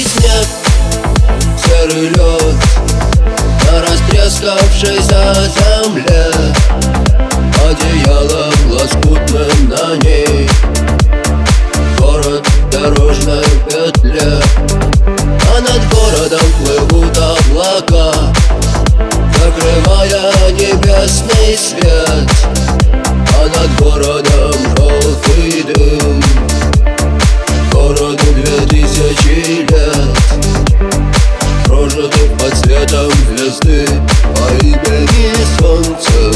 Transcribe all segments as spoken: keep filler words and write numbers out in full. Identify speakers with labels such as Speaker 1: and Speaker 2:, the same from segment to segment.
Speaker 1: Серый снег, серый лед на растрескавшейся земле, одеялом лоскутным на ней город в дорожной петле. А над городом плывут облака, закрывая небесный свет. А над городом желтый дым, городу две тысячи лет, прожитых под светом звезды по имени Солнце.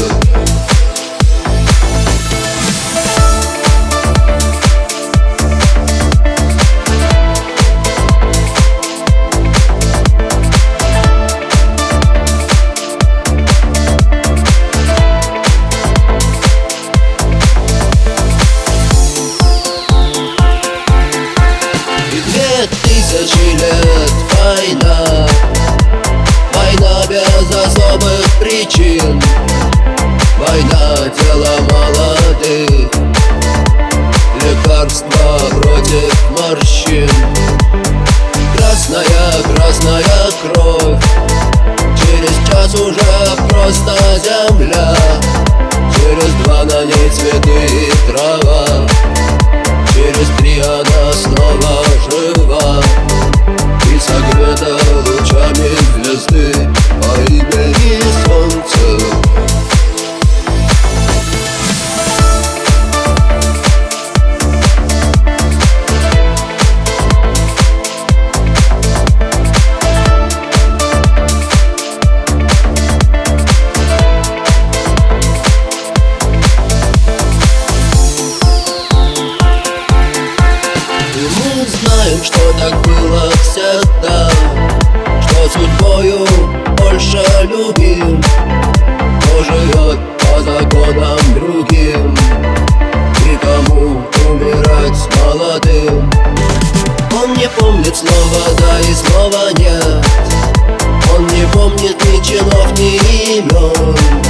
Speaker 1: Тысячи лет война, война без особых причин, война тела молодых, лекарства против морщин. Красная, красная кровь, через час уже просто земля, через два на ней цветы и трава, через три она снова жива и согрета лучами звезды по имени Солнце. Знаем, что так было всегда, что судьбою больше любим, кто живет по законам другим, никому умирать молодым. Он не помнит слова да и слова нет, он не помнит ни чинов, ни имен.